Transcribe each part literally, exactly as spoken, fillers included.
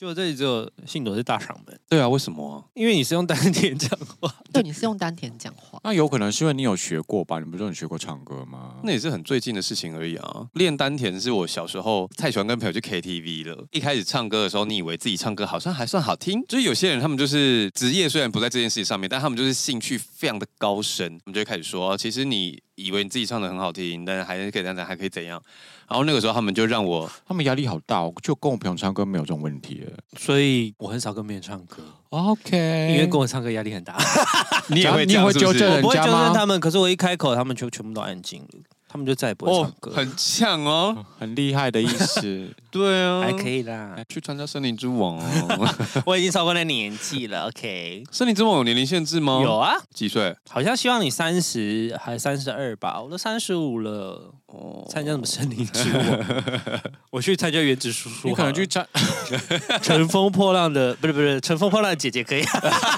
就这里只有信朵是大嗓门。 对啊，为什么、啊？ 因为你是用丹田讲话。 对，你是用丹田讲话。 那有可能是因为你有学过吧？你不是有学过唱歌吗？ 那也是很最近的事情而已啊。练丹田是我小时候太喜欢跟朋友去 K T V 了。一开始唱歌的时候，你以为自己唱歌好像还算好听，就是有些人他们就是职业虽然不在这件事情上面，但他们就是兴趣非常的高深，他们就会开始说，其实你以为你自己唱的很好听，但是还可以这样，还可以怎样？然后那个时候他们就让我， 他们压力好大，我就跟我朋友唱歌没有这种问题了， 所以我很少跟别人唱歌。 OK， 因为跟我唱歌压力很大。 你也会这样是不是？ 你也会纠正人家吗？ 我不会纠正他们，可是我一开口，他们就全部都安静了。他们就再也不会唱歌， 哦、很呛哦， 很厉害的意思。 对啊， 还可以啦。 去参加森林之王哦， 我已经超过那年纪了。OK， 森林之王有年龄限制吗？ 有啊， 几岁？ 好像希望你三十还三十二吧，我都三十五了。哦，参加什么森林之王？我去参加原子叔叔， 你可能去参乘风破浪的，不是不是乘风破浪的姐姐可以。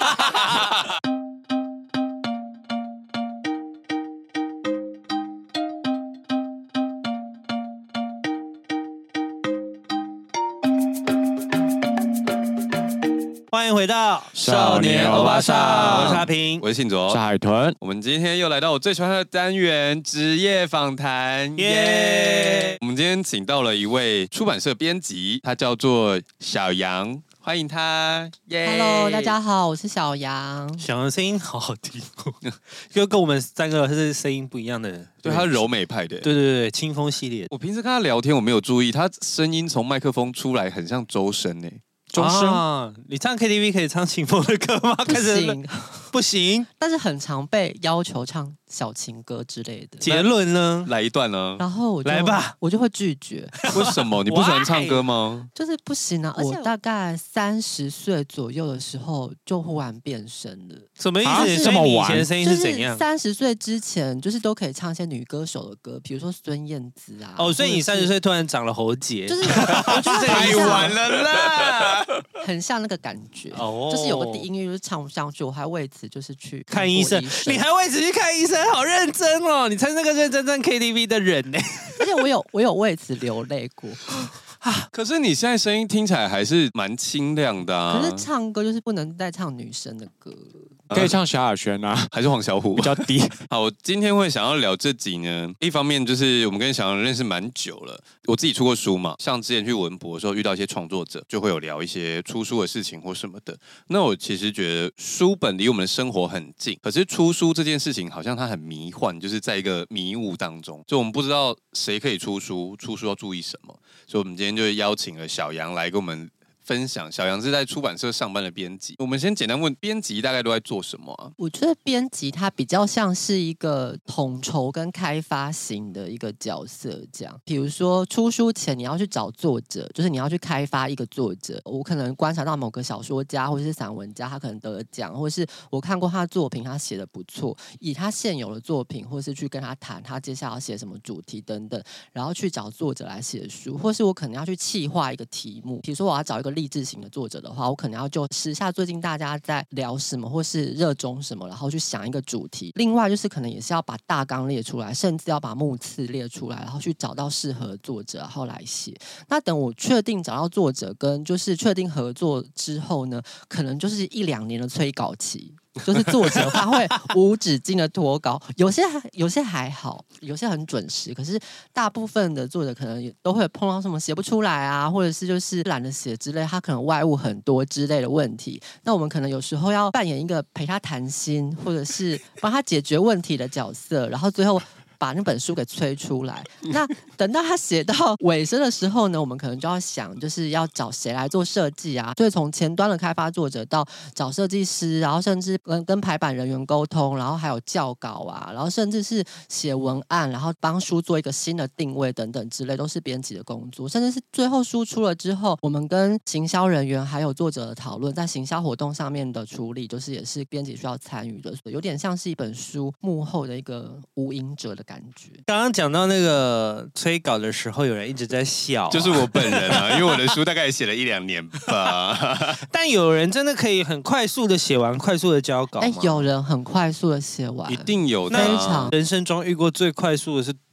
欢迎回到少年欧巴桑， 我是阿平， 我是信卓， 是海豚。 我们今天又来到我最喜欢的单元——职业访谈，耶！我们今天请到了一位出版社编辑，他叫做小杨，欢迎他，耶 ！Hello， 大家好，我是小杨。 小杨的声音好好听哦，就跟我们三个是声音不一样的。 对，他是柔美派的， 对对对，清风系列。 我平时跟他聊天，我没有注意，他声音从麦克风出来很像周深诶。 周深、啊，你唱 K T V 可以唱清风的歌吗？ 不行， 不行。 但是很常被要求唱小情歌之类的。 结论呢？ 来一段呢？ 然后我就来吧， 我就会拒绝。 为什么？你不喜欢唱歌吗？ 就是不行啊！我大概三十岁左右的时候就忽然变声了。 什么意思？ 啊、 这么晚？以前的声音是怎样？ 三十岁之前就是都可以唱一些女歌手的歌，比如说孙燕姿啊。 哦，所以你三十岁突然长了喉结， 就是我觉得太晚了啦， 很像那个感觉。哦，就是有个低音域就是唱不上去，我还为此就是去看医生。你还为此去看医生，好认真哦！你才是那个认真唱 K T V 的人呢。 而且我有我有为此流泪过。 啊！可是你现在声音听起来还是蛮清亮的啊。 可是唱歌就是不能再唱女生的歌了， 可以唱萧亚轩啊， 还是黄小琥比较低。 好，我今天会想要聊这集呢，一方面就是我们跟小杨认识蛮久了，我自己出过书嘛，像之前去文博的时候遇到一些创作者，就会有聊一些出书的事情或什么的。那我其实觉得书本离我们的生活很近，可是出书这件事情好像它很迷幻，就是在一个迷雾当中，就我们不知道谁可以出书，出书要注意什么，所以我们今天就邀请了小杨来跟我们分享。小杨是在出版社上班的编辑，我们先简单问，编辑大概都在做什么啊？ 我觉得编辑他比较像是一个统筹跟开发型的一个角色，这样。比如说出书前你要去找作者，就是你要去开发一个作者。我可能观察到某个小说家或者是散文家，他可能得了奖，或是我看过他的作品，他写的不错，以他现有的作品，或是去跟他谈他接下来要写什么主题等等，然后去找作者来写书，或是我可能要去企划一个题目，比如说我要找一个励志型的作者的话，我可能要就时下最近大家在聊什么，或是热衷什么，然后去想一个主题。另外就是可能也是要把大纲列出来，甚至要把目次列出来，然后去找到适合的作者，然后来写。那等我确定找到作者跟就是确定合作之后呢，可能就是一两年的催稿期。就是作者他会无止境的拖稿，有些还有些还好，有些很准时，可是大部分的作者可能也都会碰到什么写不出来啊，或者是就是懒得写之类，他可能外务很多之类的问题。那我们可能有时候要扮演一个陪他谈心，或者是帮他解决问题的角色，然后最后把那本书给催出来。那等到他写到尾声的时候呢，我们可能就要想，就是要找谁来做设计啊？所以从前端的开发作者到找设计师，然后甚至跟跟排版人员沟通，然后还有校稿啊，然后甚至是写文案，然后帮书做一个新的定位等等之类，都是编辑的工作。甚至是最后书出了之后，我们跟行销人员还有作者的讨论，在行销活动上面的处理，就是也是编辑需要参与的，有点像是一本书幕后的一个无影者的感觉。感觉刚刚讲到那个催稿的时候，有人一直在笑、啊， 就是我本人啊，因为我的书大概写了一两年吧。 但有人真的可以很快速的写完，快速的交稿吗？ 哎，有人很快速的写完， 一定有的、啊。 非常人生中遇过最快速的是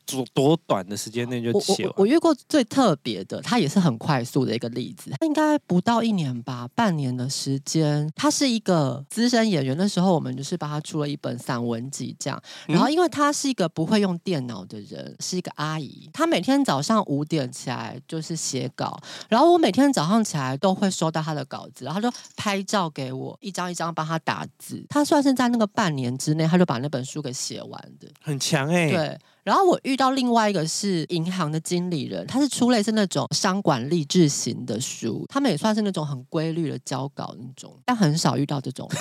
多多短的时间内就我写完？ 我我遇过最特别的，他也是很快速的一个例子，他应该不到一年吧，半年的时间。他是一个资深演员，那时候我们就是帮他出了一本散文集这样。然后因为他是一个不会用电脑的人，是一个阿姨，她每天早上五点起来就是写稿，然后我每天早上起来都会收到他的稿子，然后就拍照给我，一张一张帮他打字。他算是在那个半年之内，他就把那本书给写完的， 很强哎、欸。 对。然后我遇到另外一个是银行的经理人，他是出类似那种商管励志型的书，他们也算是那种很规律的交稿那种，但很少遇到这种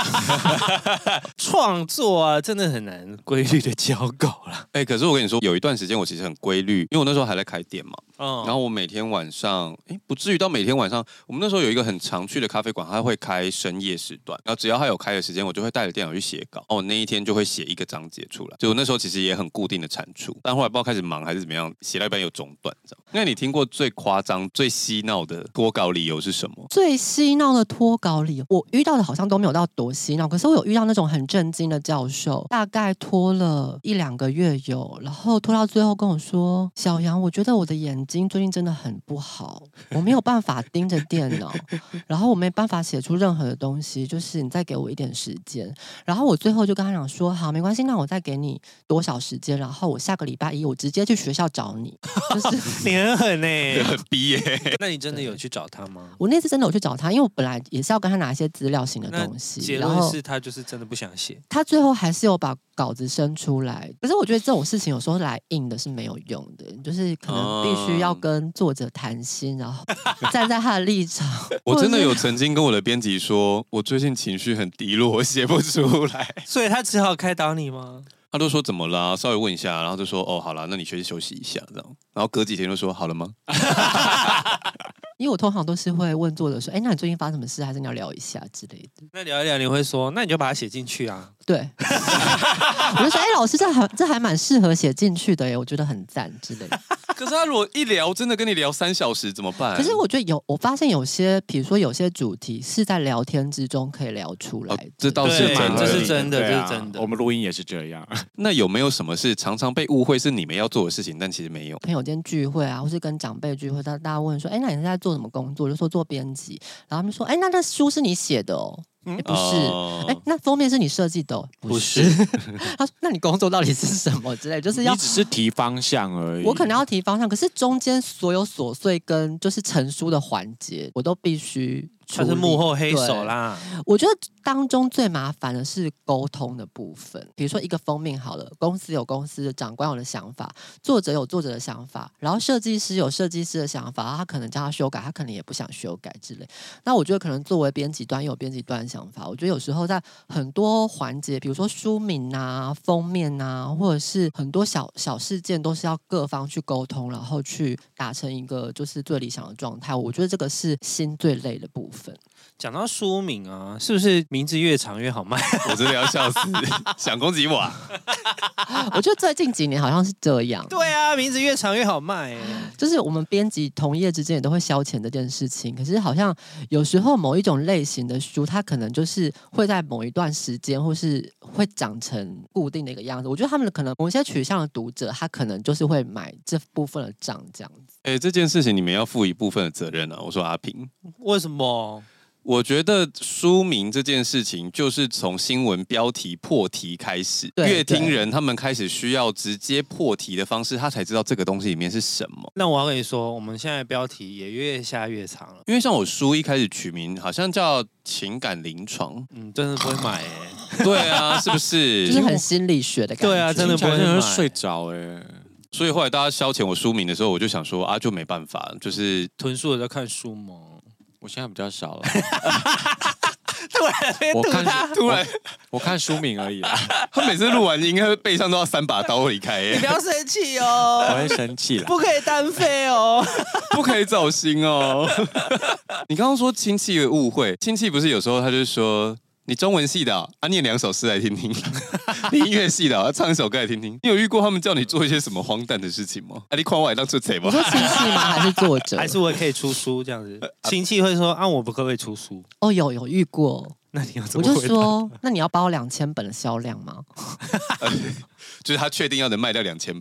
创作啊，真的很难规律的交稿啦。 哎、欸，可是我跟你说，有一段时间我其实很规律，因为我那时候还在开店嘛。 嗯， 然后我每天晚上，哎、欸，不至于到每天晚上。我们那时候有一个很常去的咖啡馆，它会开深夜时段，然后只要它有开的时间，我就会带着电脑去写稿。然后我那一天就会写一个章节出来，就我那时候其实也很固定的产出，但后来不知道开始忙还是怎么样，写到一半有中断这样。那你听过最夸张、最嬉闹的脱稿理由是什么？ 最嬉闹的脱稿理由，我遇到的好像都没有到多嬉闹，可是我有遇到那种很震惊的教授，大概拖了一两个月有，然后拖到最后跟我说：“小杨，我觉得我的眼睛最近真的很不好，我没有办法盯着电脑，然后我没办法写出任何的东西，就是你再给我一点时间。”然后我最后就跟他讲说：“好，没关系，那我再给你多少时间，然后我下个礼拜一我直接去学校找你。”就是你很狠哎、欸， 很逼耶、欸。 那你真的有去找他吗？ 我那次真的有去找他，因为我本来也是要跟他拿一些资料型的东西， 结论是他就是真的不想写， 他最后还是有把稿子生出来。可是我觉得这种事情有时候来硬的是没有用的，就是可能必须要跟作者谈心，然后站在他的立场。 我真的有曾经跟我的编辑说，我最近情绪很低落，我写不出来， 所以他只好开导你吗？ 他都说怎么啦？稍微问一下，然后就说哦，好啦，那你先休息一下这样。然后隔几天就说好了吗？ 因为我通常都是会问作者说，哎，那你最近发生什么事？还是你要聊一下之类的？ 那聊一聊，你会说，那你就把它写进去啊。 对，我就说，哎，老师，这还这还蛮适合写进去的耶，我觉得很赞之类的。 可是他如果一聊，真的跟你聊三小时怎么办？ 可是我觉得有，我发现有些，比如说有些主题是在聊天之中可以聊出来的、哦， 这倒是真的， 这是真的， 啊、 这是真的。 我们录音也是这样。 那有没有什么是常常被误会是你们要做的事情，但其实没有？ 朋友间聚会啊，或是跟长辈聚会，大大家问说，哎，那你现在做什么工作？就说做编辑，然后他们说，哎，那那书是你写的哦。欸、不是，哎、哦欸，那封面是你设计的、哦？ 不是， 他说，那你工作到底是什么之类？就是要你只是提方向而已。 我可能要提方向，可是中间所有琐碎跟就是成书的环节，我都必须。 他是幕后黑手啦。 我觉得当中最麻烦的是沟通的部分。比如说一个封面好了，公司有公司的，长官有的想法，作者有作者的想法，然后设计师有设计师的想法，他可能叫他修改，他可能也不想修改之类。那我觉得可能作为编辑端也有编辑端的想法。我觉得有时候在很多环节，比如说书名啊、封面啊，或者是很多小小事件，都是要各方去沟通，然后去达成一个就是最理想的状态。我觉得这个是心最累的部分。 讲到书名啊，是不是名字越长越好卖？ 我真的要笑死，想攻击我啊！ 我觉得最近几年好像是这样。 对啊，名字越长越好卖。 就是我们编辑同业之间也都会消遣这件事情。可是好像有时候某一种类型的书，它可能就是会在某一段时间，或是会长成固定的一个样子。我觉得他们可能某些取向的读者，他可能就是会买这部分的账这样子。 哎、欸，这件事情你们要负一部分的责任啊！我说阿平， 为什么？ 我觉得书名这件事情，就是从新闻标题破题开始，阅听人他们开始需要直接破题的方式，他才知道这个东西里面是什么。 那我要跟你说，我们现在标题也越下越长了。 因为像我书一开始取名好像叫情感临床， 嗯，真的不会买哎、 欸。对啊，是不是？ 就是很心理学的感觉。 对啊，真的不会买。 睡着哎、欸。 所以后来大家消遣我书名的时候，我就想说啊，就没办法，就是囤书的在看书吗？ 我现在比较少了。 突然我看突然我，我看书名而已啦。 他每次录完音，他背上都要三把刀离开、欸。 你不要生气哦， 我会生气了。 不可以单飞哦， 不可以走心哦。你刚刚说亲戚的误会，亲戚不是有时候他就说。你中文系的啊，啊念两首诗来听听；你音乐系的啊，唱一首歌来听听。你有遇过他们叫你做一些什么荒诞的事情吗？啊，你夸我当出贼吗？ 你说亲戚吗？还是作者？ 还是我可以出书这样子？亲戚会说啊，我不可不可以出书？ 哦，有有遇过。 那你要怎么我就说，那你要包两千本的销量吗？ 就是他确定要能卖掉两千本。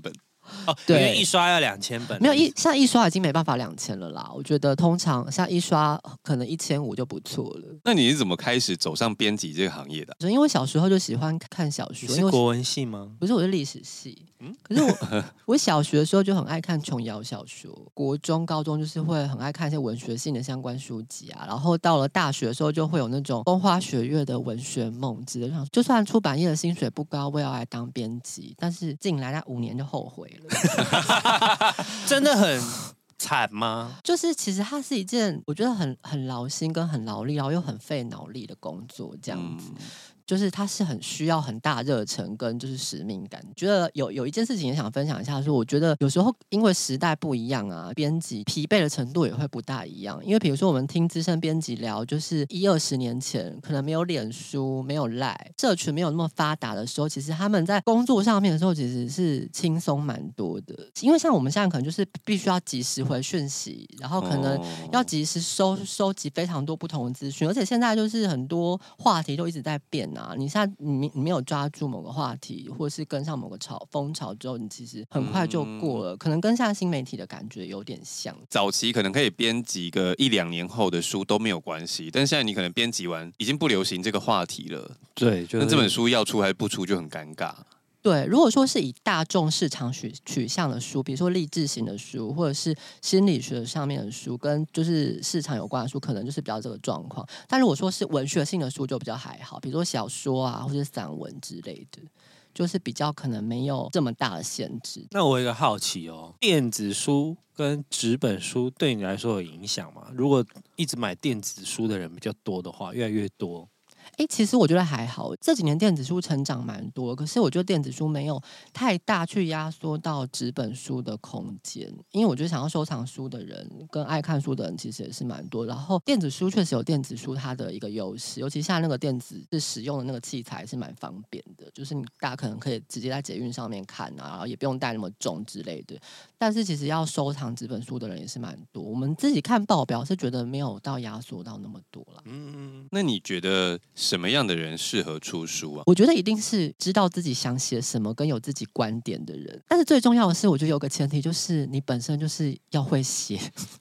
哦，因对为一刷要两千本， 没有一像一刷已经没办法两千了啦。我觉得通常像一刷可能一千五就不错了。 那你是怎么开始走上编辑这个行业的？ 因为我小时候就喜欢看小说，因为你是国文系吗？ 不是，我是历史系。嗯，可是我我小学的时候就很爱看琼瑶小说，国中、高中就是会很爱看一些文学性的相关书籍啊。然后到了大学的时候，就会有那种风花雪月的文学梦之类的。就算出版业的薪水不高，我也要来当编辑。但是进来那五年就后悔了， 真的很惨吗？ 就是其实它是一件我觉得很很劳心跟很劳力，然后又很费脑力的工作，这样子。嗯，就是它是很需要很大热忱跟就是使命感。觉得有有一件事情也想分享一下，说我觉得有时候因为时代不一样啊，编辑疲惫的程度也会不大一样。因为比如说我们听资深编辑聊，就是一二十年前可能没有脸书、没有 Line 社群没有那么发达的时候，其实他们在工作上面的时候其实是轻松蛮多的。因为像我们现在可能就是必须要及时回讯息，然后可能要及时收收集非常多不同的资讯，而且现在就是很多话题都一直在变。你现在你你没有抓住某个话题，或是跟上某个潮风潮之后，你其实很快就过了，嗯，可能跟现在新媒体的感觉有点像。 早期可能可以编辑个一两年后的书都没有关系，但现在你可能编辑完已经不流行这个话题了， 对，就是， 那这本书要出还是不出就很尴尬。 对，如果说是以大众市场取取向的书，比如说励志型的书，或者是心理学上面的书，跟就是市场有关的书，可能就是比较这个状况。但如果说是文学性的书，就比较还好，比如说小说啊，或者散文之类的，就是比较可能没有这么大的限制。 那我有一个好奇哦，电子书跟纸本书对你来说有影响吗？如果一直买电子书的人比较多的话，越来越多。 哎，其实我觉得还好，这几年电子书成长蛮多，可是我觉得电子书没有太大去压缩到纸本书的空间，因为我觉得想要收藏书的人跟爱看书的人其实也是蛮多，然后电子书确实有电子书它的一个优势，尤其现在那个电子是使用的那个器材是蛮方便的，就是你大家可能可以直接在捷运上面看啊，然后也不用带那么重之类的。但是其实要收藏纸本书的人也是蛮多，我们自己看报表是觉得没有到压缩到那么多啦。 嗯，那你觉得什么样的人适合出书啊？ 我觉得一定是知道自己想写什么跟有自己观点的人，但是最重要的是我觉得有个前提就是你本身就是要会写。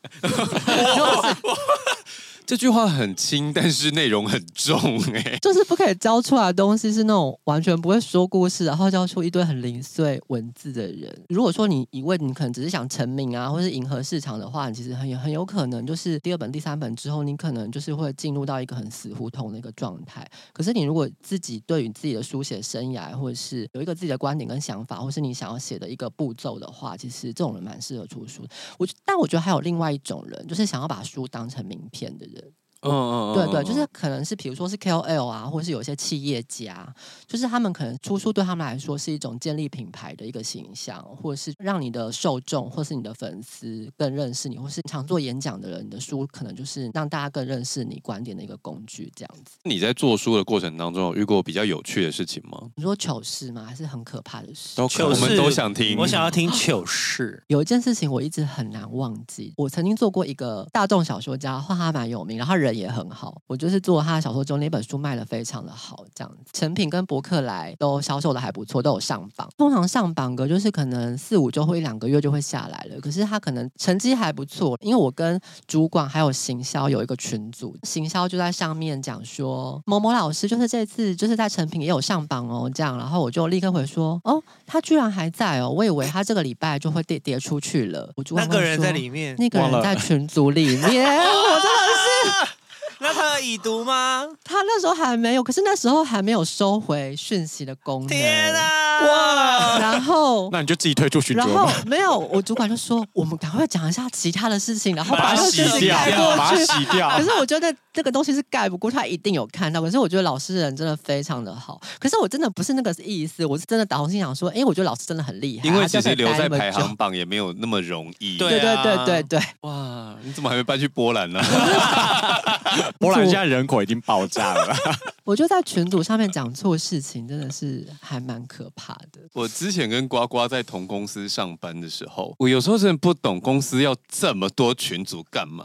这句话很轻，但是内容很重哎、欸， 就是不可以教出来的东西是那种完全不会说故事，然后教出一堆很零碎文字的人。如果说你以为你可能只是想成名啊，或是迎合市场的话，你其实很有很有可能就是第二本、第三本之后，你可能就是会进入到一个很死胡同的一个状态。可是你如果自己对于自己的书写生涯，或者是有一个自己的观点跟想法，或是你想要写的一个步骤的话，其实这种人蛮适合出书。我但我觉得还有另外一种人，就是想要把书当成名片的人。 嗯嗯对对，就是可能是比如说是 K O L 啊，或是有一些企业家，就是他们可能出书对他们来说是一种建立品牌的一个形象，或者是让你的受众或是你的粉丝更认识你，或是常做演讲的人，你的书可能就是让大家更认识你观点的一个工具，这样子。 你在做书的过程当中有遇过比较有趣的事情吗？ 你说糗事吗？还是很可怕的事？ 都可，我们都想听。 我想要听糗事。 有一件事情我一直很难忘记，我曾经做过一个大众小说家，画他蛮有名，然后人也很好。我就是做他的小说中那本书卖得非常的好，这样子成品跟博客来都销售的还不错，都有上榜。通常上榜个就是可能四五周或一两个月就会下来了，可是他可能成绩还不错，因为我跟主管还有行销有一个群组，行销就在上面讲说某某老师就是这次就是在成品也有上榜哦，这样，然后我就立刻回说哦，他居然还在哦，我以为他这个礼拜就会跌跌出去了。我主管那个人在里面， 那个人在群组里面，我真的是。 那他有已读吗？ 他那时候还没有，可是那时候还没有收回讯息的功能。 天啊！哇！ 然后， 那你就自己退出群组。 然后没有，我主管就说：“我们赶快讲一下其他的事情，然后把它洗掉，把它洗掉。” 可是我觉得这个东西是盖不过，他一定有看到。可是我觉得老师人真的非常的好。可是我真的不是那个意思，我是真的打从心想说：“哎，我觉得老师真的很厉害。” 因为其实留在排行榜也没有那么容易。 对对对对对。 哇！你怎么还没搬去波兰呢？ 波兰现在人口已经爆炸了。 我就在群组上面讲错事情，真的是还蛮可怕的。 我之前跟呱呱在同公司上班的时候，我有时候真的不懂公司要这么多群组干嘛。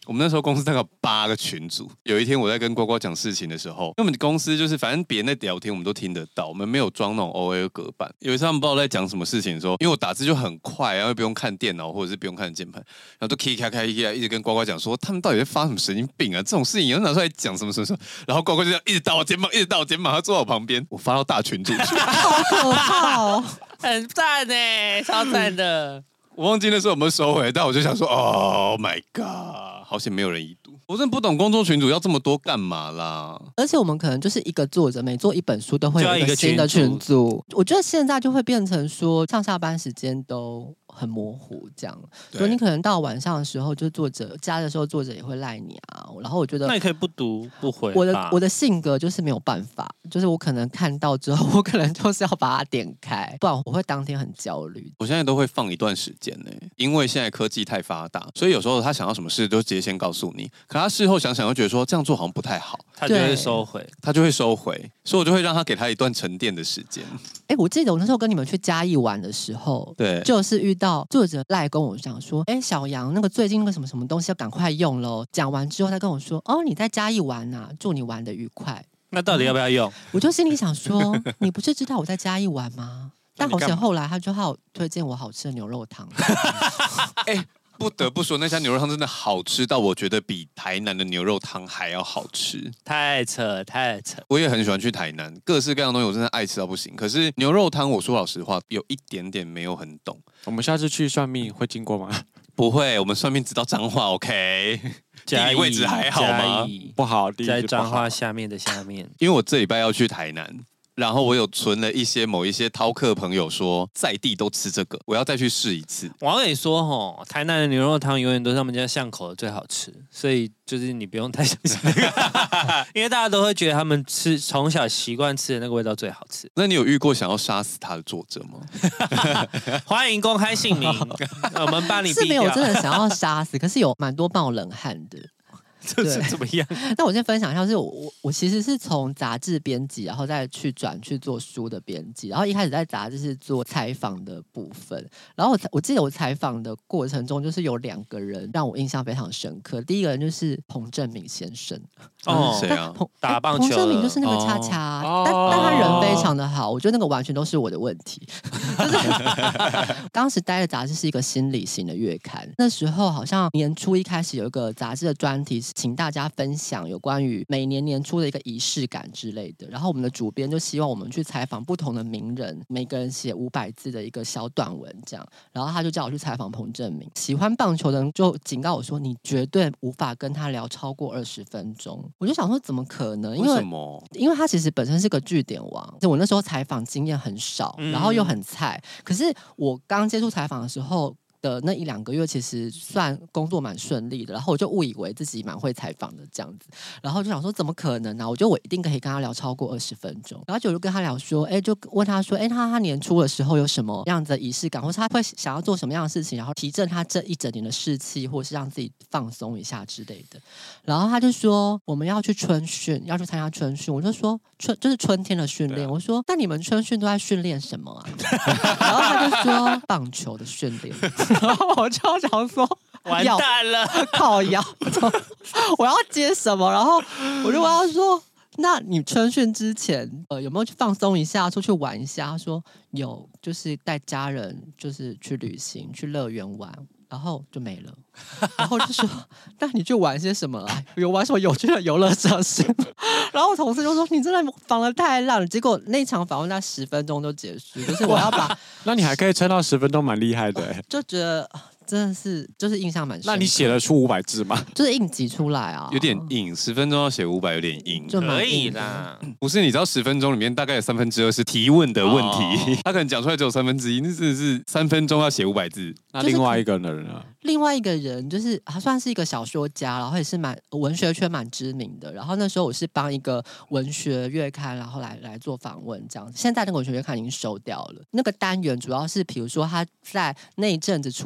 我们那时候公司大概有八个群组，有一天我在跟呱呱讲事情的时候，因为我们公司就是反正别人在聊天我们都听得到，我们没有装那种 O L 隔板。有一次他们不知道在讲什么事情的时候，因为我打字就很快，然后不用看电脑或者是不用看键盘，然后都 K 开开开，一直跟呱呱讲说他们到底在发什么神经病啊？这种事情要拿出来讲什么什么什么，然后呱呱就这样一直打我肩膀，一直打我肩膀，他坐在我旁边，我发到大群组去， 好可怕哦， 很赞呢，超赞的。 我忘记那时候有没有收回，但我就想说 ，Oh my god， 好险没有人已读。我真的不懂工作群组要这么多干嘛啦？ 而且我们可能就是一个作者，每做一本书都会有一个新的群群组。我觉得现在就会变成说，上下班时间都很模糊，这样。所以你可能到晚上的时候，就作者加的时候，作者也会赖你啊。然后我觉得， 那你可以不读不回。 我的我的性格就是没有办法，就是我可能看到之后，我可能就是要把它点开，不然我会当天很焦虑。 我现在都会放一段时间呢，因为现在科技太发达，所以有时候他想要什么事都直接先告诉你。可他事后想想又觉得说这样做好像不太好， 他就会收回， 他就会收回，所以我就会让他给他一段沉淀的时间。 哎，我记得我那时候跟你们去嘉义玩的时候， 对， 就是遇到作者赖跟我讲说，哎，小杨，那个最近那个什么什么东西要赶快用咯。讲完之后，他跟我说，哦，你在嘉义玩啊，祝你玩得愉快。 那到底要不要用？ 我就心里想说，你不是知道我在嘉义玩吗？但好险后来他就好推荐我好吃的牛肉汤。 哎。不得不说，那家牛肉汤真的好吃到我觉得比台南的牛肉汤还要好吃， 太扯太扯！ 我也很喜欢去台南，各式各样的东西我真的爱吃到不行。可是牛肉汤，我说老实话，有一点点没有很懂。 我们下次去算命会经过吗？ 不会，我们算命知道彰化 ，OK？地理位置还好吗？ 不好， 在彰化下面的下面。 因为我这礼拜要去台南。然后我有存了一些某一些饕客朋友说在地都吃这个，我要再去试一次。 我跟你说吼，台南的牛肉汤永远都是他们家巷口的最好吃，所以就是你不用太相信那个，因为大家都会觉得他们吃从小习惯吃的那个味道最好吃。 那你有遇过想要杀死他的作者吗？ 欢迎公开姓名，我们帮你。 是没有真的想要杀死，可是有蛮多帮我冷汗的。 这是怎么样？ 那我先分享一下，是我我我其实是从杂志编辑，然后再去转去做书的编辑，然后一开始在杂志是做采访的部分，然后我我记得我采访的过程中，就是有两个人让我印象非常深刻。第一个人就是彭正明先生， 哦，谁啊？ 打棒球， 彭正明就是那个恰恰，哦、但但他人非常的好，我觉得那个完全都是我的问题。就是当时待的杂志是一个心理型的月刊，那时候好像年初一开始有一个杂志的专题。请大家分享有关于每年年初的一个仪式感之类的，然后我们的主编就希望我们去采访不同的名人，每个人写五百字的一个小短文这样，然后他就叫我去采访彭正明。喜欢棒球的人就警告我说，你绝对无法跟他聊超过二十分钟。我就想说怎么可能？因为为什么？ 因为他其实本身是个句点王，我那时候采访经验很少，然后又很菜，可是我刚接触采访的时候的那一两个月，其实算工作蛮顺利的，然后我就误以为自己蛮会采访的这样子，然后就想说怎么可能呢、啊？我觉得我一定可以跟他聊超过二十分钟，然后就就跟他聊说，哎，就问他说，哎，他他年初的时候有什么样子的仪式感，或是他会想要做什么样的事情，然后提振他这一整年的士气，或是让自己放松一下之类的。然后他就说我们要去春训，要去参加春训，我就说春就是春天的训练，我说那你们春训都在训练什么啊？然后他就说棒球的训练。然后我就想说， 完蛋了， 靠腰，我要接什么？然后我就问他说，那你春训之前，呃，有没有去放松一下，出去玩一下？他说有，就是带家人，就是去旅行，去乐园玩。然后就没了，然后就说：“那你去玩些什么啊？有玩什么有趣的游乐设施？”然后同事就说：“你真的访得太烂了。”结果那场访问在十分钟就结束，就是我要把， 那你还可以撑到十分钟，蛮厉害的、欸。 就觉得真的是就是印象蛮深刻。 那你写得出五百字吗？ 就是硬挤出来啊， 有点硬，十分钟要写五百，有点硬， 就可以啦。 不是，你知道十分钟里面大概有三分之二是提问的问题，哦、他可能讲出来只有三分之一，那真的是三分钟要写五百字。 那另外一个人呢？ 另外一个人就是他算是一个小说家，然后也是蛮文学圈蛮知名的。然后那时候我是帮一个文学月刊，然后来来做访问这样。现在那个文学月刊已经收掉了。那个单元主要是比如说他在那一阵子出了小说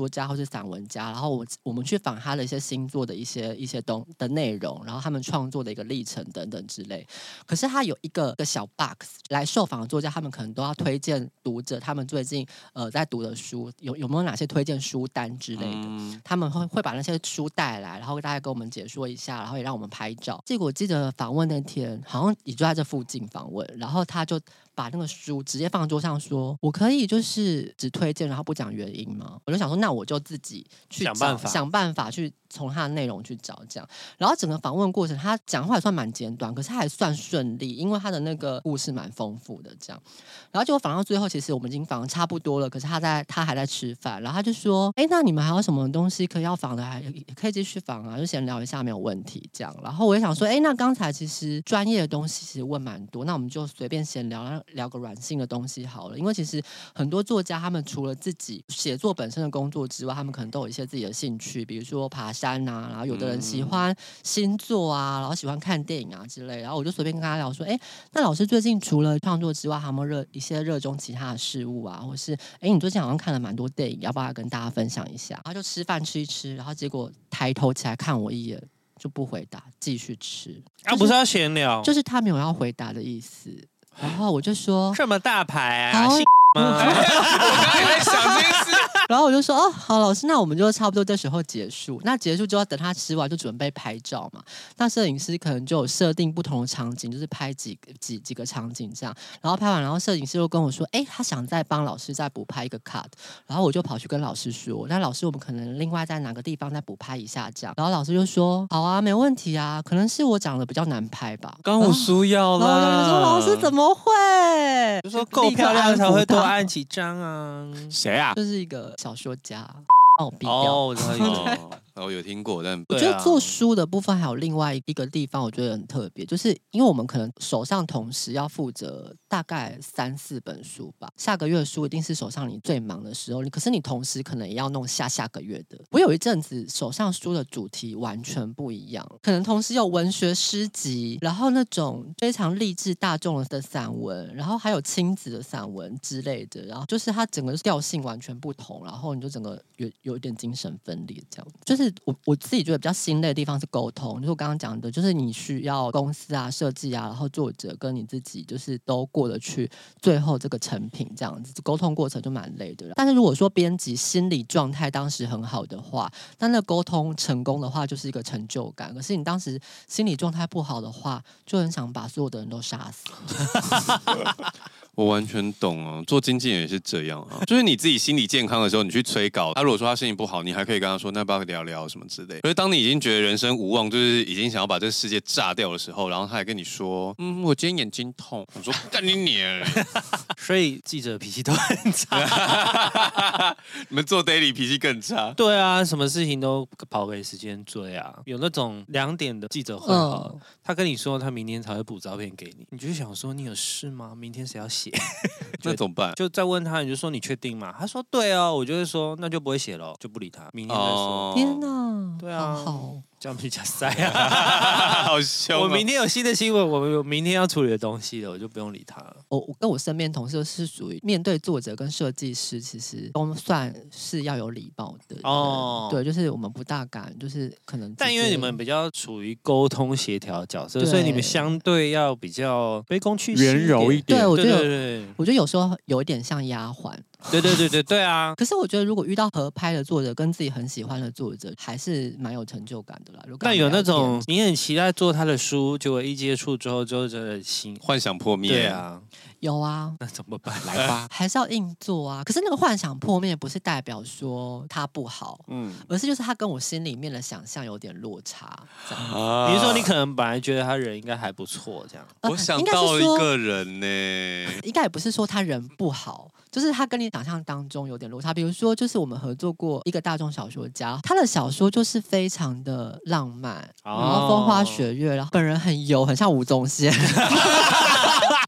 说家或是散文家，然后我我们去访他的一些星座的一些一些东的内容，然后他们创作的一个历程等等之类。可是他有一个个小 box， 来受访的作家，他们可能都要推荐读者他们最近呃在读的书，有有没有哪些推荐书单之类的，嗯、他们会会把那些书带来，然后大概跟我们解说一下，然后也让我们拍照。结果我记得访问那天好像也就在这附近访问，然后他就把那个书直接放桌上说，我可以就是只推荐然后不讲原因吗？我就想说那我就自己去想办法想办法去从他的内容去找这样。然后整个访问过程他讲话也算蛮简短，可是他还算顺利，因为他的那个故事蛮丰富的这样。然后结果访到最后其实我们已经访得差不多了，可是他在他还在吃饭，然后他就说哎，那你们还有什么东西可以要访的，还可以继续访啊，就闲聊一下没有问题这样。然后我也想说哎，那刚才其实专业的东西其实问蛮多，那我们就随便闲聊聊个软性的东西好了。因为其实很多作家他们除了自己写作本身的工作之外，他们可能都有一些自己的兴趣，比如说爬山啊，然后有的人喜欢星座啊，然后喜欢看电影啊之类。然后我就随便跟他聊说哎，那老师最近除了创作之外还有没有热一些热衷其他的事物啊，或是哎你最近好像看了蛮多电影，要不要跟大家分享一下？然后就吃饭吃一吃，然后结果抬头起来看我一眼就不回答，继续吃。 啊，就是、不是要闲聊， 就是他没有要回答的意思。然后我就说这么大牌啊，吗？ 我刚才在想这件事。 然后我就说哦，好，老师，那我们就差不多这时候结束。那结束之后，等他吃完就准备拍照嘛。那摄影师可能就有设定不同的场景，就是拍几几几个场景这样。然后拍完，然后摄影师就跟我说，哎，他想再帮老师再补拍一个 cut。然后我就跑去跟老师说，那老师我们可能另外在哪个地方再补拍一下这样。然后老师就说，好啊，没问题啊，可能是我长得比较难拍吧。 刚我输要了。 然后我就说，老师怎么会？ 就说够漂亮才会多按几张啊。 谁啊？ 就是一个小说家。帮我逼掉哦， 哦，有听过，但我觉得做书的部分还有另外一个地方，我觉得很特别，就是因为我们可能手上同时要负责大概三四本书吧，下个月的书一定是手上你最忙的时候，可是你同时可能也要弄下下个月的。我有一阵子手上书的主题完全不一样，可能同时有文学诗集，然后那种非常励志大众的散文，然后还有亲子的散文之类的，然后就是它整个调性完全不同，然后你就整个有有一点精神分裂这样。就是我我自己觉得比较心累的地方是沟通，就是我刚刚讲的，就是你需要公司啊、设计啊，然后作者跟你自己就是都过得去最后这个成品这样子，沟通过程就蛮累的。但是如果说编辑心理状态当时很好的话，那那沟通成功的话就是一个成就感。可是你当时心理状态不好的话，就很想把所有的人都杀死。 我完全懂啊，做经纪人也是这样啊，就是你自己心理健康的时候，你去催稿，他如果说他心情不好，你还可以跟他说，那要不要聊聊什么之类。可是当你已经觉得人生无望，就是已经想要把这个世界炸掉的时候，然后他还跟你说，嗯，我今天眼睛痛，我说干你娘！ 所以记者脾气都很差， 你们做 daily 脾气更差。 对啊，什么事情都跑给时间追啊。有那种两点的记者会好了，嗯、他跟你说他明天才会补照片给你，你就想说你有事吗？明天谁要写？ 那怎么办？ 就再问他，你就说你确定吗？他说对哦，我就会说那就不会写了，就不理他，明天再说。 哦、天哪， 对啊， 好好这样比较塞啊， 好凶、哦！ 我明天有新的新闻，我有明天要处理的东西了，我就不用理他了。 我我跟我身边同事是属于面对作者跟设计师，其实都算是要有礼貌的哦。对，就是我们不大敢，就是可能。 但因为你们比较处于沟通协调的角色，所以你们相对要比较卑躬屈膝、 圆柔一点。 对，我觉得， 对对对我觉得有时候有一点像丫鬟。 对对对对对啊！ 可是我觉得，如果遇到合拍的作者跟自己很喜欢的作者，还是蛮有成就感的啦。 但有那种你很期待做他的书，结果一接触之后，就真的心幻想破灭。 对啊， 有啊， 那怎么办？ 来吧， 还是要硬做啊。可是那个幻想破灭，不是代表说他不好，嗯，而是就是他跟我心里面的想象有点落差。 啊、比如说，你可能本来觉得他人应该还不错，这样。 呃、 我想到一个人呢、欸， 应该也不是说他人不好。就是他跟你想象当中有点落差，比如说，就是我们合作过一个大众小说家，他的小说就是非常的浪漫，哦、然后风花雪月，然后本人很油，很像吴宗宪， 好好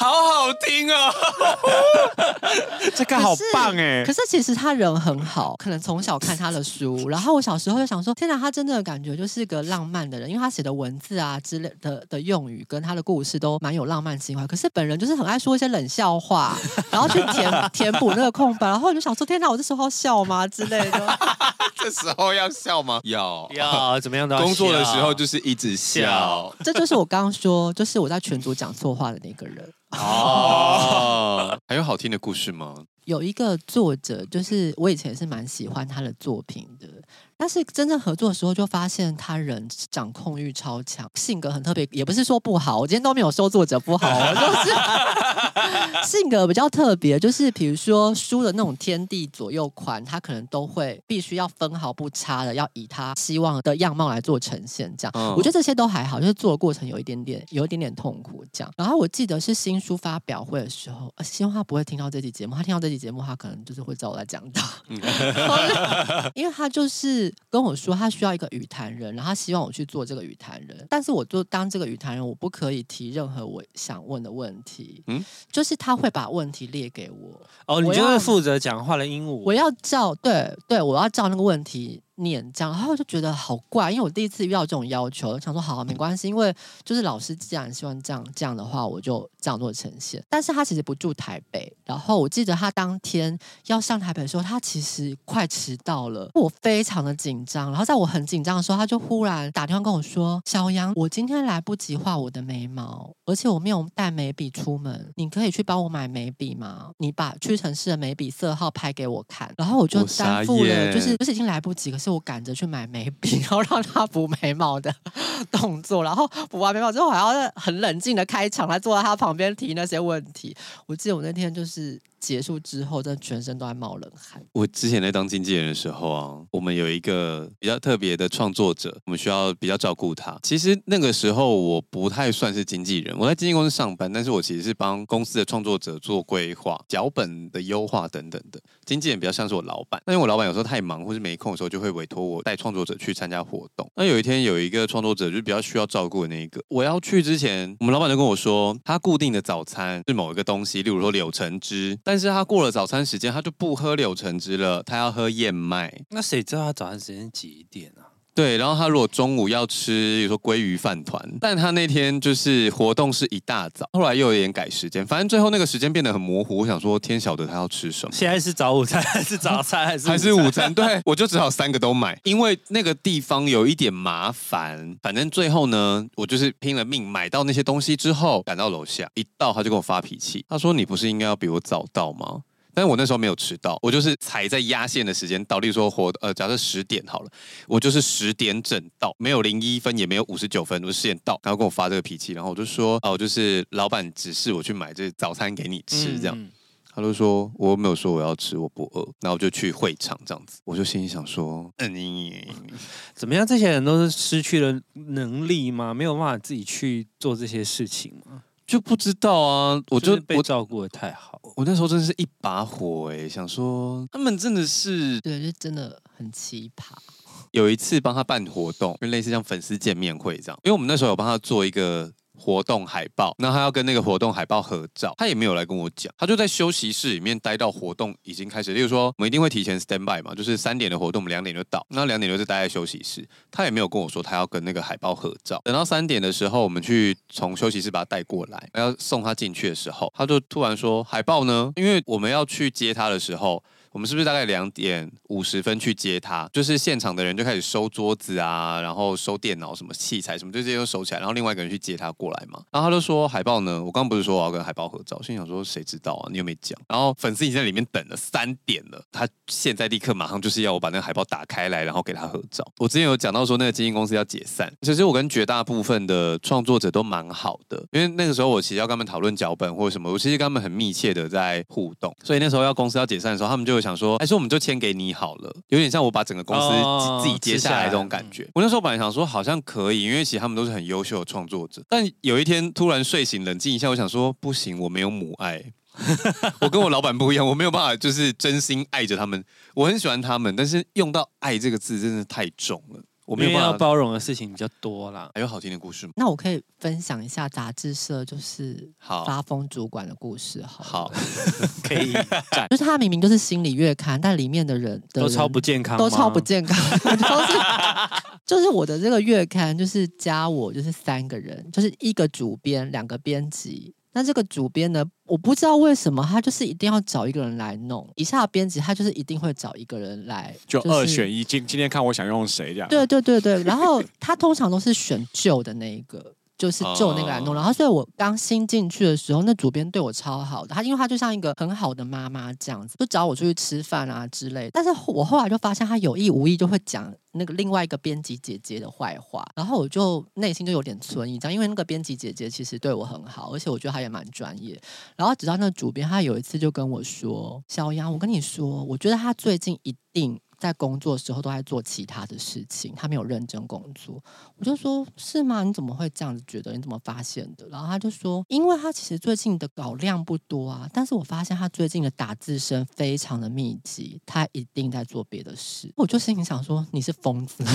好听哦， 这个好棒哎！ 可是其实他人很好，可能从小看他的书，然后我小时候就想说，天哪，他真的感觉就是个浪漫的人，因为他写的文字啊之类的的用语跟他的故事都蛮有浪漫情怀。可是本人就是很爱说一些冷笑话，然后去填填补那个空白，然后我就想说，天哪，我这时候要笑吗之类的？ 这时候要笑吗？要要怎么样都要笑。 工作的时候就是一直笑， 这就是我刚刚说，就是我在群组讲错话的那个人。 哦，还有好听的故事吗？ 有一个作者，就是我以前也是蛮喜欢他的作品的，但是真正合作的时候就发现他人掌控欲超强，性格很特别，也不是说不好，我今天都没有说作者不好，我就是性格比较特别，就是比如说书的那种天地左右宽，他可能都会必须要分毫不差的，要以他希望的样貌来做呈现，这样、嗯、我觉得这些都还好，就是做的过程有一点点有一点点痛苦这样。然后我记得是新书发表会的时候，希望他不会听到这期节目，他听到这期节目他可能就是会找我来讲到因为他就是跟我说他需要一个语坛人，然后他希望我去做这个语坛人，但是我就当这个语坛人，我不可以提任何我想问的问题、嗯、就是他会把问题列给我， 哦，你就是负责讲话的鹦鹉， 我要照对对，我要照那个问题念这样，然后我就觉得好怪，因为我第一次遇到这种要求，想说好、啊、没关系，因为就是老师既然希望这样这样的话，我就这样做呈现。但是他其实不住台北，然后我记得他当天要上台北的时候，他其实快迟到了，我非常的紧张。然后在我很紧张的时候，他就忽然打电话跟我说：“小杨，我今天来不及画我的眉毛，而且我没有带眉笔出门，你可以去帮我买眉笔吗？你把屈臣氏的眉笔色号拍给我看。”然后我就担负了，就是就是已经来不及，可是我赶着去买眉笔，然后让他补眉毛的动作，然后补完眉毛之后还要很冷静的开场，还坐在他旁边提那些问题。我记得我那天就是结束之后，真的全身都在冒冷汗。 我之前在当经纪人的时候啊，我们有一个比较特别的创作者，我们需要比较照顾他。其实那个时候我不太算是经纪人，我在经纪公司上班，但是我其实是帮公司的创作者做规划、脚本的优化等等的。经纪人比较像是我老板，那因为我老板有时候太忙或是没空的时候，就会委托我带创作者去参加活动。那有一天有一个创作者就是比较需要照顾的那一个，我要去之前，我们老板就跟我说，他固定的早餐是某一个东西，例如说柳橙汁，但是他过了早餐时间，他就不喝柳橙汁了，他要喝燕麦。 那谁知道他早餐时间几点啊？ 对，然后他如果中午要吃，比如说鲑鱼饭团，但他那天就是活动是一大早，后来又有点改时间，反正最后那个时间变得很模糊。我想说，天晓得他要吃什么？ 现在是早午餐还是早餐还是还是午餐？对，我就只好三个都买，因为那个地方有一点麻烦。反正最后呢，我就是拼了命买到那些东西之后，赶到楼下，一到他就跟我发脾气，他说：“你不是应该要比我早到吗？”但是我那时候没有迟到，我就是踩在压线的时间到，例如说活呃，假设十点好了，我就是十点整到，没有零一分，也没有五十九分，我十点到，然后跟我发这个脾气，然后我就说，哦，就是老板指示我去买这早餐给你吃，这样，嗯、他就说我没有说我要吃，我不饿，然后我就去会场这样子，我就心里想说，嗯，你怎么样？这些人都是失去了能力吗？没有办法自己去做这些事情吗？ 就不知道啊，我就、 就是被照顾得太好。 我那时候真的是一把火哎、欸，想说他们真的是， 对，就真的很奇葩。 有一次帮他办活动，就类似像粉丝见面会这样，因为我们那时候有帮他做一个活动海报，那他要跟那个活动海报合照，他也没有来跟我讲，他就在休息室里面待到活动已经开始。例如说，我们一定会提前 stand by 嘛，就是三点的活动，我们两点就到，那两点就是待在休息室。他也没有跟我说他要跟那个海报合照。等到三点的时候，我们去从休息室把他带过来，要送他进去的时候，他就突然说：“海报呢？”因为我们要去接他的时候。我们是不是大概两点五十分去接他？就是现场的人就开始收桌子啊，然后收电脑什么器材什么，就这些都收起来，然后另外一个人去接他过来嘛。然后他就说海报呢？我刚刚不是说我要跟海报合照？心想说谁知道啊？你又没讲。然后粉丝已经在里面等了三点了，他现在立刻马上就是要我把那个海报打开来，然后给他合照。我之前有讲到说那个经纪公司要解散，其实我跟绝大部分的创作者都蛮好的，因为那个时候我其实要跟他们讨论脚本或者什么，我其实跟他们很密切的在互动，所以那时候要公司要解散的时候，他们就有想说，还是我们就签给你好了，有点像我把整个公司、哦、自己接下来这种感觉。嗯、我那时候本来想说好像可以，因为其实他们都是很优秀的创作者，但有一天突然睡醒冷静一下，我想说不行，我没有母爱。我跟我老板不一样，我没有办法就是真心爱着他们，我很喜欢他们，但是用到爱这个字真的太重了。 我没有办法因为要包容的事情比较多啦。 还有好听的故事吗？ 那我可以分享一下杂志社就是好发疯主管的故事好了。 好， 可以就是他明明就是心理月刊，但里面的人的人都超不健康吗， 都超不健康，就是就是我的这个月刊就是加我就是三个人，就是一个主编，两个编辑。那这个主编呢，我不知道为什么他就是一定要找一个人来弄，以下的编辑他就是一定会找一个人来， 就二选一，今今天看我想用谁这样。 对对对对，然后他通常都是选旧的那一个。就是就那个来弄， 哦然后所以我刚新进去的时候，那主编对我超好的，他因为他就像一个很好的妈妈这样子，就找我出去吃饭啊之类的。但是我后来就发现他有意无意就会讲那个另外一个编辑姐姐的坏话，然后我就内心就有点存疑，这样因为那个编辑姐姐其实对我很好，而且我觉得她也蛮专业。然后直到那个主编，他有一次就跟我说：“小杨，我跟你说，我觉得他最近一定。”在工作的时候都在做其他的事情，他没有认真工作。我就说是吗？你怎么会这样子觉得？你怎么发现的？然后他就说，因为他其实最近的稿量不多啊，但是我发现他最近的打字声非常的密集，他一定在做别的事。我就心里想说，你是疯子吗？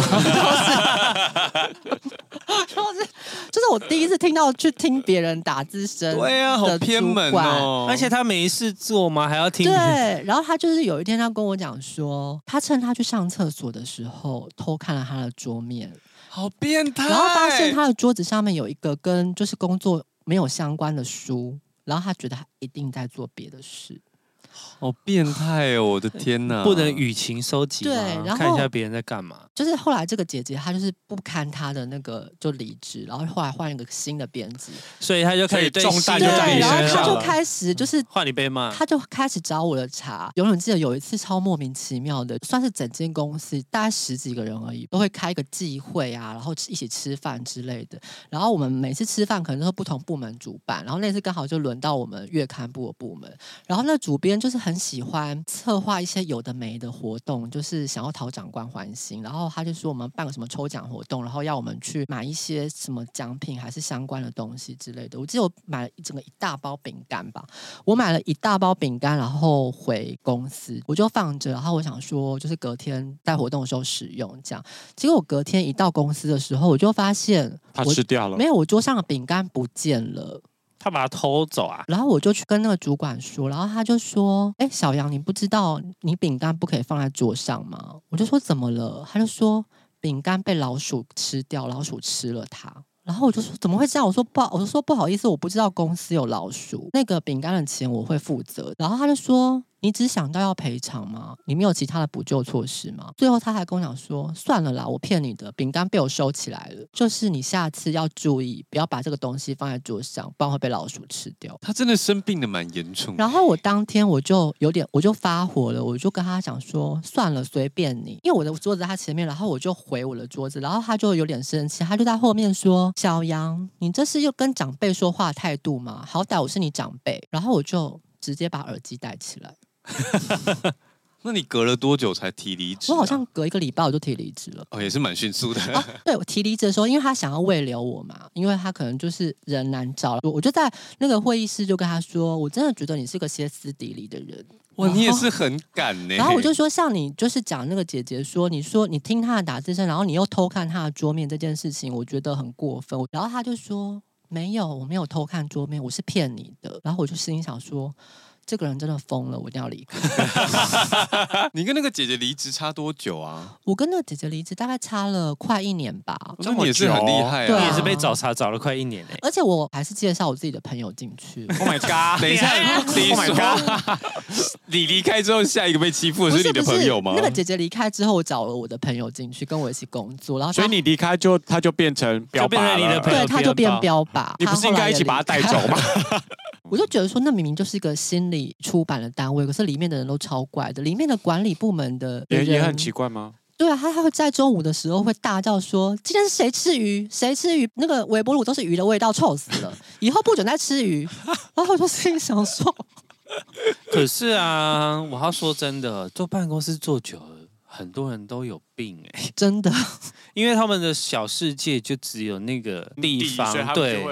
就是就是我第一次听到去听别人打字声， 对啊，好偏门哦！ 而且他没事做吗？还要听别人？ 对，然后他就是有一天他跟我讲说，他趁他去上厕所的时候偷看了他的桌面， 好变态， 然后发现他的桌子上面有一个跟就是工作没有相关的书，然后他觉得他一定在做别的事。 好变态哦！我的天哪， 不能舆情收集吗？ 对然后看一下别人在干嘛。 就是后来这个姐姐她就是不堪她的那个就离职，然后后来换一个新的编辑， 所以他就开始对所以重担就对， 在你然后身上了她就开始就是换你被骂。 他就开始找我的茬。永远记得有一次超莫名其妙的，算是整间公司大概十几个人而已，都会开一个季会啊，然后一起吃饭之类的。然后我们每次吃饭可能都是不同部门主办，然后那次刚好就轮到我们月刊部的部门。然后那主编就是很喜欢策划一些有的没的活动，就是想要讨长官欢心。然后他就说我们办个什么抽奖活动，然后要我们去买一些什么奖品还是相关的东西之类的。我记得我买了整个一大包饼干吧。我买了一大包饼干，然后回公司我就放着，然后我想说就是隔天在活动的时候使用这样。结果我隔天一到公司的时候，我就发现他我吃掉了， 没有，我桌上的饼干不见了。 他把它偷走啊！ 然后我就去跟那个主管说，然后他就说：“哎，小杨，你不知道你饼干不可以放在桌上吗？”我就说：“怎么了？”他就说：“饼干被老鼠吃掉，老鼠吃了它。”然后我就说怎么会这样？我说不好，我就说不好意思，我不知道公司有老鼠，那个饼干的钱我会负责。然后他就说你只想到要赔偿吗？你没有其他的补救措施吗？最后他还跟我讲说算了啦，我骗你的，饼干被我收起来了，就是你下次要注意，不要把这个东西放在桌上，不然会被老鼠吃掉。 他真的生病的蛮严重的。 然后我当天我就有点，我就发火了，我就跟他讲说算了，随便你，因为我的桌子在他前面，然后我就回我的桌子，然后他就有点生气，他就在后面说小杨，你这是又跟长辈说话的态度吗？好歹我是你长辈。然后我就直接把耳机戴起来。 那你隔了多久才提离职、啊？ 我好像隔一个礼拜我就提离职了。 哦，也是蛮迅速的。 啊、对，我提离职的时候，因为他想要慰留我嘛，因为他可能就是人难找，我就在那个会议室就跟他说，我真的觉得你是个歇斯底里的人。 哇，你也是很敢呢。 然后我就说，像你就是讲那个姐姐说，你说你听她的打字声，然后你又偷看她的桌面这件事情，我觉得很过分。然后他就说没有，我没有偷看桌面，我是骗你的。然后我就心里想说，这个人真的疯了，我一定要离开。 你跟那个姐姐离职差多久啊？ 我跟那个姐姐离职大概差了快一年吧。 那你也是很厉害啊！ 对啊你也是被找茬找了快一年哎、欸， 而且我还是介绍我自己的朋友进去。 Oh my god！ 等一下，你 Oh my 说你离开之后，下一个被欺负的是你的朋友吗？ 那个姐姐离开之后，我找了我的朋友进去，跟我一起工作，然后所以你离开就他就变成标靶了， 就变成你的朋友对，他就变标靶。 你不是应该一起把他带走吗？ 我就觉得说，那明明就是一个心理出版的单位，可是里面的人都超怪的，里面的管理部门的也人也很奇怪吗？ 对啊，他他会在中午的时候会大叫说：“今天是谁吃鱼？谁吃鱼？那个微波炉都是鱼的味道，臭死了！以后不准再吃鱼。”然后我就心里想说， 可是啊，我要说真的，坐办公室坐久了，很多人都有病哎、欸， 真的， 因为他们的小世界就只有那个地方， 所以他们就对。 会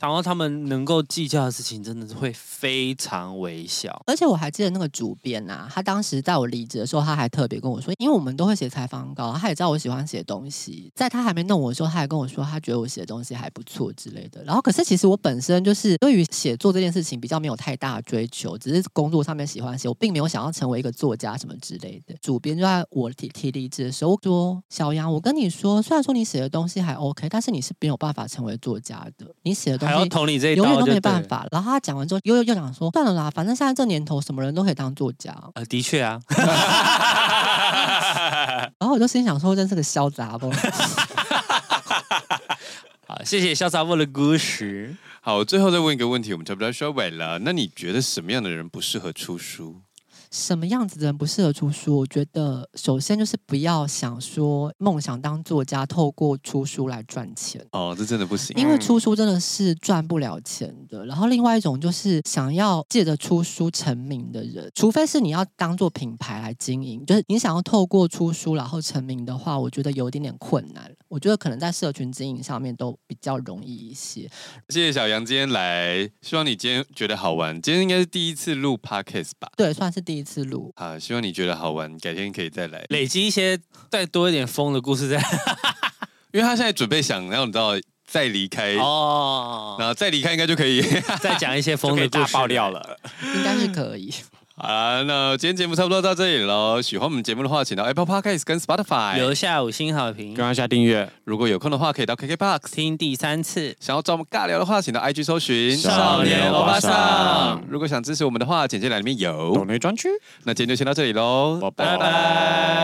然后他们能够计较的事情真的是会非常微小。 而且我还记得那个主编啊，他当时在我离职的时候，他还特别跟我说，因为我们都会写采访稿，他也知道我喜欢写东西，在他还没弄我的时候，他还跟我说，他觉得我写的东西还不错之类的。然后，可是其实我本身就是对于写作这件事情比较没有太大的追求，只是工作上面喜欢写，我并没有想要成为一个作家什么之类的。主编就在我提提离职的时候说：“小杨，我跟你说，虽然说你写的东西还 OK， 但是你是没有办法成为作家的。你写的东西还要捅你这一刀， 永远都没办法。”然后他讲完之后，又又又讲说：“算了啦，反正现在这年头，什么人都可以当作家。” 呃，的确啊。 然后我就心想说，真是个潇洒不。 好，谢谢潇洒波的故事。 好，最后再问一个问题，我们差不多要收尾了。那你觉得什么样的人不适合出书？ 什么样子的人不适合出书？我觉得首先就是不要想说梦想当作家，透过出书来赚钱。 哦，这真的不行， 因为出书真的是赚不了钱的。然后另外一种就是想要借着出书成名的人，除非是你要当做品牌来经营，就是你想要透过出书然后成名的话，我觉得有一点点困难。我觉得可能在社群经营上面都比较容易一些。 谢谢小杨今天来，希望你今天觉得好玩。今天应该是第一次录 podcast 吧？ 对，算是第一次录。 好，希望你觉得好玩，改天可以再来累积一些再多一点疯的故事再。 因为他现在准备想让你知道再离开哦， 然后再离开应该就可以再讲一些疯的故事大爆料了， 应该是可以。 好啦，那今天节目差不多到这里喽。喜欢我们节目的话，请到 Apple Podcast 跟 Spotify 留下五星好评， 跟按下订阅。 如果有空的话，可以到 K K Box 听第三次。 想要找我们尬聊的话，请到 I G 搜寻少年欧巴桑。 如果想支持我们的话，简介栏里面有抖内专区。 那今天就先到这里喽， 拜拜。